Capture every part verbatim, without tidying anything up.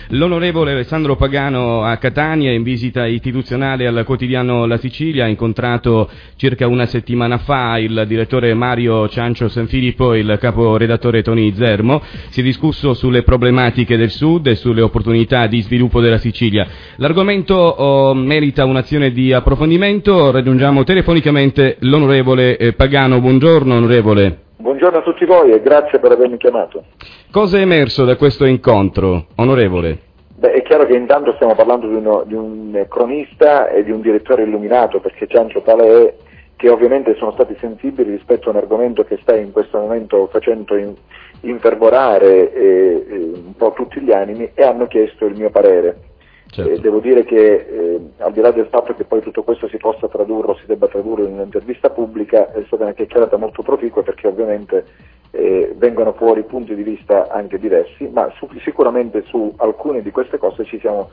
L'onorevole Alessandro Pagano a Catania, in visita istituzionale al quotidiano La Sicilia, ha incontrato circa una settimana fa il direttore Mario Ciancio Sanfilippo e il caporedattore Tony Zermo. Si è discusso sulle problematiche del Sud e sulle opportunità di sviluppo della Sicilia. L'argomento oh, merita un'azione di approfondimento. Raggiungiamo telefonicamente l'onorevole eh, Pagano. Buongiorno onorevole. Buongiorno a tutti voi e grazie per avermi chiamato. Cosa è emerso da questo incontro, onorevole? Beh, è chiaro che intanto stiamo parlando di, uno, di un cronista e di un direttore illuminato, perché Ciancio tale è che ovviamente sono stati sensibili rispetto a un argomento che sta in questo momento facendo in, infervorare eh, eh, un po' tutti gli animi, e hanno chiesto il mio parere. Certo. Eh, devo dire che eh, al di là del fatto che poi tutto questo si possa tradurre o si debba tradurre in un'intervista pubblica, è stata una chiacchierata molto proficua, perché ovviamente eh, vengono fuori punti di vista anche diversi, ma su, sicuramente su alcune di queste cose ci siamo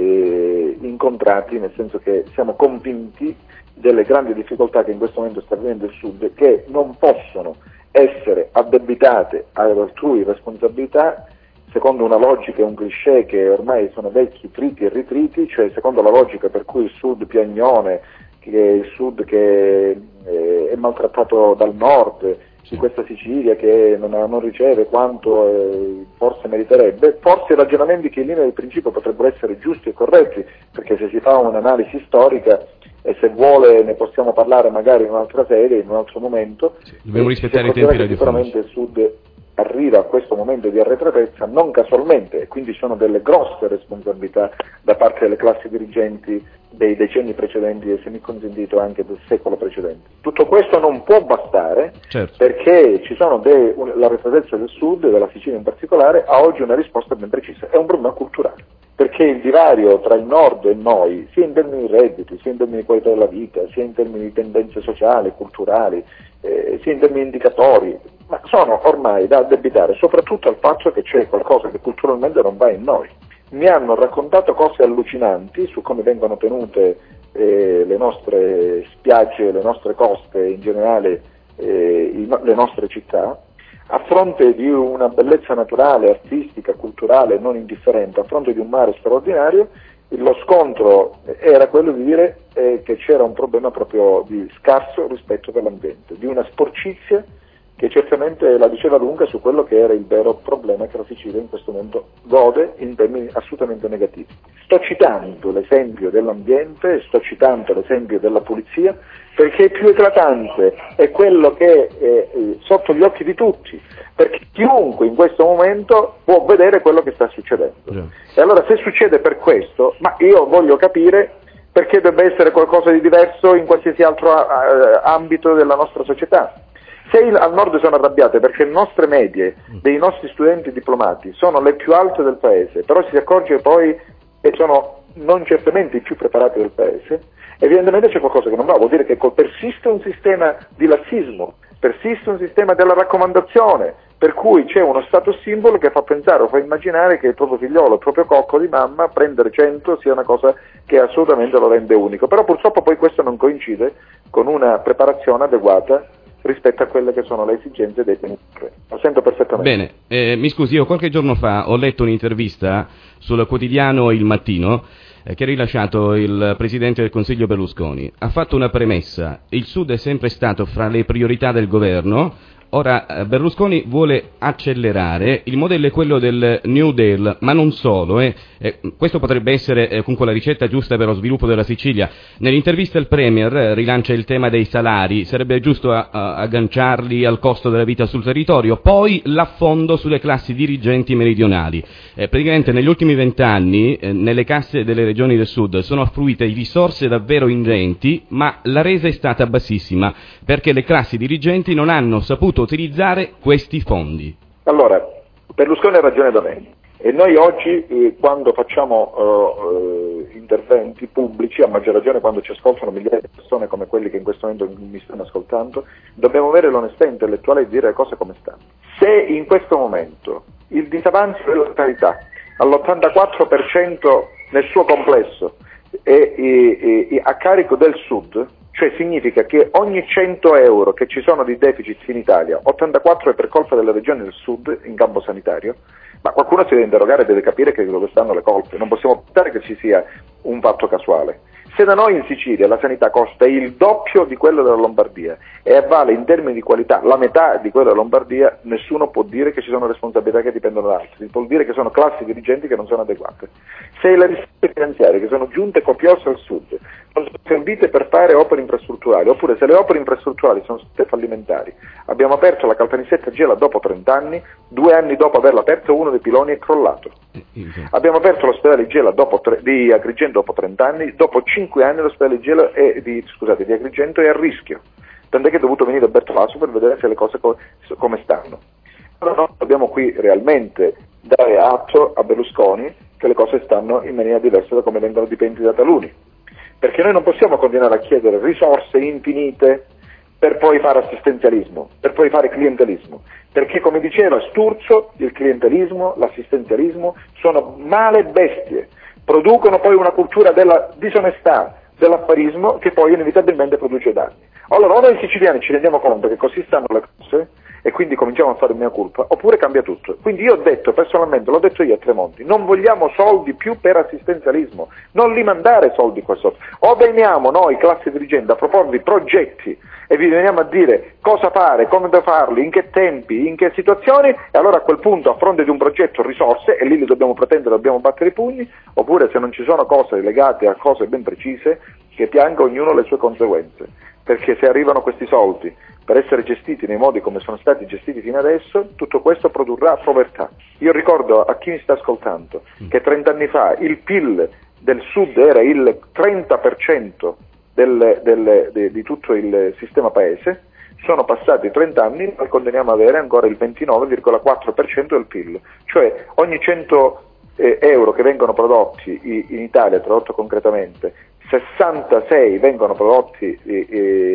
eh, incontrati, nel senso che siamo convinti delle grandi difficoltà che in questo momento sta vivendo il Sud, che non possono essere addebitate ad altrui responsabilità secondo una logica e un cliché che ormai sono vecchi triti e ritriti, cioè secondo la logica per cui il Sud piagnone, che è il Sud che eh, è maltrattato dal Nord, di questa Sicilia che non, non riceve quanto eh, forse meriterebbe. Forse i ragionamenti che in linea di principio potrebbero essere giusti e corretti, perché se si fa un'analisi storica, e se vuole ne possiamo parlare magari in un'altra sede, in un altro momento, sì, dobbiamo rispettare i tempi radiofonici. Sicuramente il Sud arriva a questo momento di arretratezza non casualmente, e quindi ci sono delle grosse responsabilità da parte delle classi dirigenti dei decenni precedenti e, se mi consentito, anche del secolo precedente. Tutto questo non può bastare, certo, perché ci sono de, un, l'arretratezza del Sud e della Sicilia in particolare ha oggi una risposta ben precisa: è un problema culturale, perché il divario tra il Nord e noi, sia in termini di redditi, sia in termini di qualità della vita, sia in termini di tendenze sociali, culturali, eh, sia in termini di indicatori, ma sono ormai da addebitare soprattutto al fatto che c'è qualcosa che culturalmente non va in noi. Mi hanno raccontato cose allucinanti su come vengono tenute eh, le nostre spiagge, le nostre coste, in generale eh, i, le nostre città, a fronte di una bellezza naturale, artistica, culturale non indifferente, a fronte di un mare straordinario. Lo scontro era quello di dire eh, che c'era un problema proprio di scarso rispetto per l'ambiente, di una sporcizia che certamente la diceva lunga su quello che era il vero problema che la Sicilia in questo momento gode in termini assolutamente negativi. Sto citando l'esempio dell'ambiente, sto citando l'esempio della pulizia, perché è più eclatante, è quello che è eh, sotto gli occhi di tutti, perché chiunque in questo momento può vedere quello che sta succedendo. Yeah. E allora, se succede per questo, ma io voglio capire perché debba essere qualcosa di diverso in qualsiasi altro uh, ambito della nostra società. Se il, al nord sono arrabbiate perché le nostre medie dei nostri studenti diplomati sono le più alte del paese, però si accorge poi che sono non certamente i più preparati del paese, evidentemente c'è qualcosa che non va. Vuol dire che persiste un sistema di lassismo, persiste un sistema della raccomandazione, per cui c'è uno status simbolo che fa pensare o fa immaginare che il proprio figliolo, il proprio cocco di mamma, prendere cento sia una cosa che assolutamente lo rende unico. Però purtroppo poi questo non coincide con una preparazione adeguata rispetto a quelle che sono le esigenze dei penitenziari. Lo sento perfettamente. Bene, eh, mi scusi, io qualche giorno fa ho letto un'intervista sul quotidiano Il Mattino eh, che ha rilasciato il Presidente del Consiglio Berlusconi. Ha fatto una premessa: il Sud è sempre stato fra le priorità del governo. Ora Berlusconi vuole accelerare, il modello è quello del New Deal, ma non solo, eh. Eh, questo potrebbe essere eh, comunque la ricetta giusta per lo sviluppo della Sicilia. Nell'intervista il Premier eh, rilancia il tema dei salari, sarebbe giusto a, a, agganciarli al costo della vita sul territorio, poi l'affondo sulle classi dirigenti meridionali. Eh, praticamente negli ultimi vent'anni eh, nelle casse delle regioni del Sud sono affluite risorse davvero ingenti, ma la resa è stata bassissima, perché le classi dirigenti non hanno saputo utilizzare questi fondi. Allora, Berlusconi ha ragione da me, e noi oggi eh, quando facciamo uh, interventi pubblici, a maggior ragione quando ci ascoltano migliaia di persone come quelli che in questo momento mi stanno ascoltando, dobbiamo avere l'onestà intellettuale di dire le cose come stanno. Se in questo momento il disavanzo della natalità all'ottantaquattro per cento nel suo complesso è, è, è a carico del Sud, cioè significa che ogni cento euro che ci sono di deficit in Italia, ottantaquattro è per colpa delle regioni del Sud in campo sanitario, Ma qualcuno si deve interrogare e deve capire che dove stanno le colpe, non possiamo pensare che ci sia un fatto casuale. Se da noi in Sicilia la sanità costa il doppio di quello della Lombardia e vale in termini di qualità la metà di quello della Lombardia, nessuno può dire che ci sono responsabilità che dipendono da altri, vuol dire che sono classi dirigenti che non sono adeguate. Se le risorse finanziarie che sono giunte copiose al sud non sono servite per fare opere infrastrutturali, oppure se le opere infrastrutturali sono state fallimentari, abbiamo aperto la Caltanissetta Gela dopo trenta anni, due anni dopo averla aperto uno dei piloni è crollato. Abbiamo aperto l'ospedale di Gela dopo tre, di Agrigento dopo trenta anni, dopo cinque anni l'ospedale di Gela è, di, scusate, di Agrigento è a rischio, tant'è che è dovuto venire Bertolaso per vedere se le cose co- come stanno. Allora noi dobbiamo qui realmente dare atto a Berlusconi che le cose stanno in maniera diversa da come vengono dipinti da taluni, perché noi non possiamo continuare a chiedere risorse infinite per poi fare assistenzialismo, per poi fare clientelismo, perché come diceva Sturzo, il clientelismo, l'assistenzialismo sono male bestie, producono poi una cultura della disonestà, dell'affarismo che poi inevitabilmente produce danni. Allora o noi siciliani ci rendiamo conto che così stanno le cose e quindi cominciamo a fare mia colpa, oppure cambia tutto. Quindi io ho detto personalmente, l'ho detto io a Tremonti, non vogliamo soldi più per assistenzialismo, non li mandare soldi qua sotto. O veniamo noi, classe dirigente, a proporvi progetti e vi veniamo a dire cosa fare, come da farli, in che tempi, in che situazioni, e allora a quel punto a fronte di un progetto risorse, e lì li dobbiamo pretendere, dobbiamo battere i pugni, oppure se non ci sono cose legate a cose ben precise, che pianga ognuno le sue conseguenze, perché se arrivano questi soldi per essere gestiti nei modi come sono stati gestiti fino adesso, tutto questo produrrà povertà. Io ricordo a chi mi sta ascoltando che trent'anni fa il P I L del Sud era il trenta per cento del, del, de, di tutto il sistema paese, sono passati trenta anni, noi continuiamo ad avere ancora il ventinove virgola quattro per cento del P I L, cioè ogni cento eh, euro che vengono prodotti in Italia, tradotto concretamente, sessantasei vengono prodotti eh,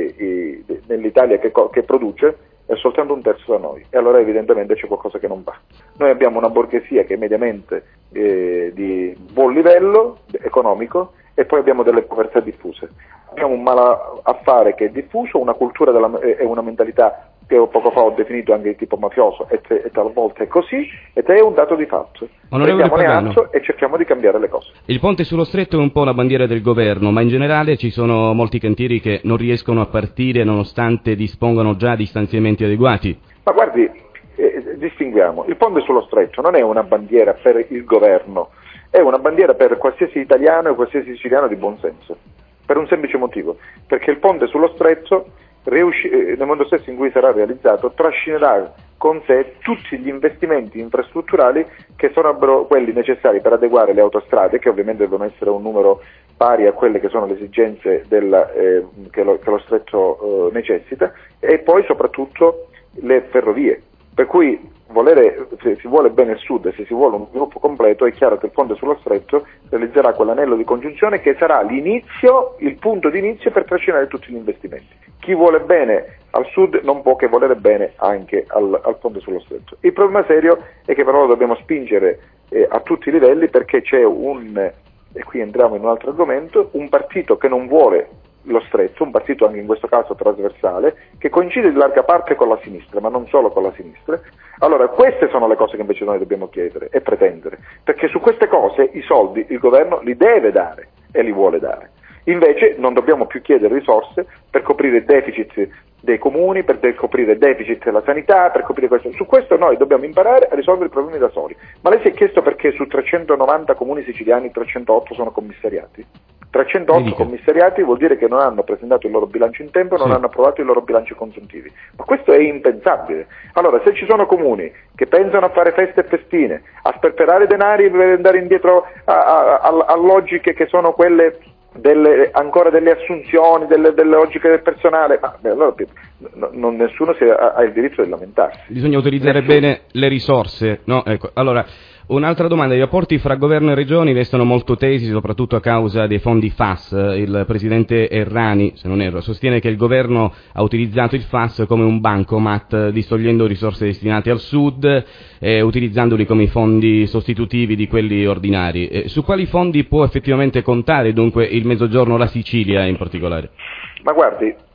eh, nell'Italia che, che produce e soltanto un terzo da noi, e allora evidentemente c'è qualcosa che non va. Noi abbiamo una borghesia che è mediamente eh, di buon livello economico e poi abbiamo delle povertà diffuse. Abbiamo un malaffare che è diffuso, una cultura della, e una mentalità che poco fa ho definito anche di tipo mafioso e, te, e talvolta è così, ed è un dato di fatto. Prendiamone atto e cerchiamo di cambiare le cose. Il ponte sullo stretto è un po' la bandiera del governo, ma in generale ci sono molti cantieri che non riescono a partire nonostante dispongano già di stanziamenti adeguati. Ma guardi, eh, distinguiamo, il ponte sullo stretto non è una bandiera per il governo, è una bandiera per qualsiasi italiano e qualsiasi siciliano di buon senso, per un semplice motivo, perché il ponte sullo stretto Riusci- nel mondo stesso in cui sarà realizzato trascinerà con sé tutti gli investimenti infrastrutturali che sarebbero quelli necessari per adeguare le autostrade, che ovviamente devono essere un numero pari a quelle che sono le esigenze della, eh, che, lo, che lo stretto eh, necessita, e poi soprattutto le ferrovie, per cui volere, se si vuole bene il Sud e se si vuole un sviluppo completo, è chiaro che il ponte sullo stretto realizzerà quell'anello di congiunzione che sarà l'inizio, il punto di inizio per trascinare tutti gli investimenti. Chi vuole bene al Sud non può che volere bene anche al, al ponte sullo stretto. Il problema serio è che però lo dobbiamo spingere eh, a tutti i livelli, perché c'è un, e qui entriamo in un altro argomento, un partito che non vuole lo stretto, un partito anche in questo caso trasversale, che coincide in larga parte con la sinistra, ma non solo con la sinistra. Allora queste sono le cose che invece noi dobbiamo chiedere e pretendere, perché su queste cose i soldi il governo li deve dare e li vuole dare. Invece non dobbiamo più chiedere risorse per coprire il deficit dei comuni, per coprire il deficit della sanità, per coprire questo. Su questo noi dobbiamo imparare a risolvere i problemi da soli. Ma lei si è chiesto perché su trecentonovanta comuni siciliani trecentootto sono commissariati? trecentootto commissariati vuol dire che non hanno presentato il loro bilancio in tempo e non sì. hanno approvato i loro bilanci consuntivi. Ma questo è impensabile. Allora, se ci sono comuni che pensano a fare feste e festine, a sperperare denari per andare indietro a, a, a, a logiche che sono quelle delle, ancora delle assunzioni, delle, delle logiche del personale, ma beh, allora no, non, nessuno si ha, ha il diritto di lamentarsi. Bisogna utilizzare nessuno. bene le risorse, no? Ecco, allora, un'altra domanda: i rapporti fra governo e regioni restano molto tesi, soprattutto a causa dei fondi F A S. Il presidente Errani, se non erro, sostiene che il governo ha utilizzato il F A S come un bancomat, distogliendo risorse destinate al Sud e utilizzandoli come i fondi sostitutivi di quelli ordinari. E su quali fondi può effettivamente contare dunque il Mezzogiorno, la Sicilia in particolare? Ma guardi,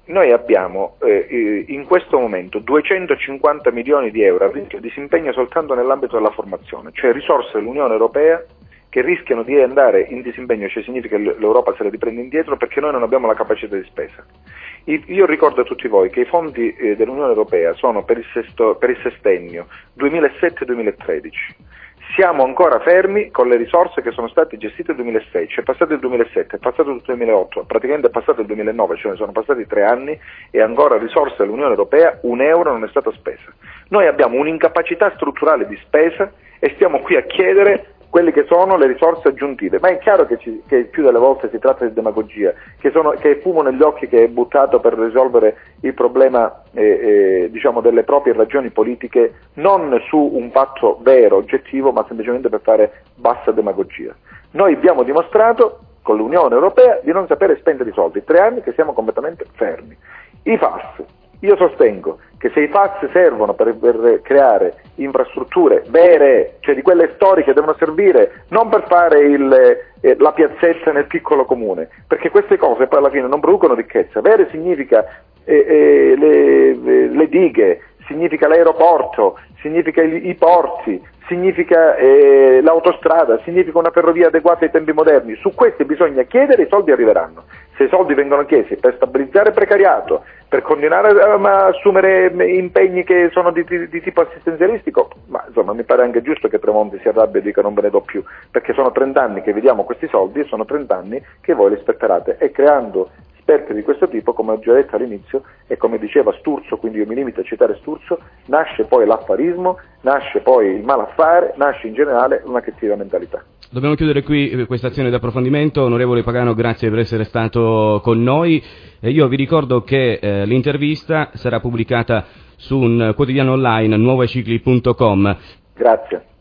noi abbiamo eh, in questo momento duecentocinquanta milioni di euro a rischio di disimpegno soltanto nell'ambito della formazione, cioè risorse dell'Unione Europea che rischiano di andare in disimpegno, cioè significa che l'Europa se le riprende indietro perché noi non abbiamo la capacità di spesa. Io ricordo a tutti voi che i fondi eh, dell'Unione Europea sono per il, sesto, per il sestennio duemilasette duemilatredici. Siamo ancora fermi con le risorse che sono state gestite nel duemilasei, c'è passato il duemilasette, è passato il duemilaotto, praticamente è passato il duemilanove, cioè ne sono passati tre anni e ancora risorse dell'Unione Europea, un euro non è stata spesa. Noi abbiamo un'incapacità strutturale di spesa e stiamo qui a chiedere quelle che sono le risorse aggiuntive, ma è chiaro che, ci, che più delle volte si tratta di demagogia, che, sono, che è fumo negli occhi che è buttato per risolvere il problema eh, eh, diciamo delle proprie ragioni politiche, non su un fatto vero, oggettivo, ma semplicemente per fare bassa demagogia. Noi abbiamo dimostrato con l'Unione Europea di non sapere spendere i soldi, tre anni che siamo completamente fermi. I F A S. Io sostengo che se i F A S servono per, per creare infrastrutture vere, cioè di quelle storiche, devono servire non per fare il, eh, la piazzetta nel piccolo comune, perché queste cose poi alla fine non producono ricchezza. Vere significa eh, eh, le, le dighe, significa l'aeroporto, significa i, i porti, significa eh, l'autostrada, significa una ferrovia adeguata ai tempi moderni. Su questi bisogna chiedere, i soldi arriveranno. Se i soldi vengono chiesti per stabilizzare il precariato, per continuare a assumere impegni che sono di, di, di tipo assistenzialistico, ma insomma mi pare anche giusto che Tremonti si arrabbia e dica non ve ne do più, perché sono trent'anni che vediamo questi soldi e sono trent'anni che voi li spetterate, e creando esperti di questo tipo, come ho già detto all'inizio e come diceva Sturzo, quindi io mi limito a citare Sturzo, nasce poi l'affarismo, nasce poi il malaffare, nasce in generale una cattiva mentalità. Dobbiamo chiudere qui questa azione di approfondimento. Onorevole Pagano, grazie per essere stato con noi. E io vi ricordo che eh, l'intervista sarà pubblicata su un quotidiano online, nuovocicli punto com. Grazie.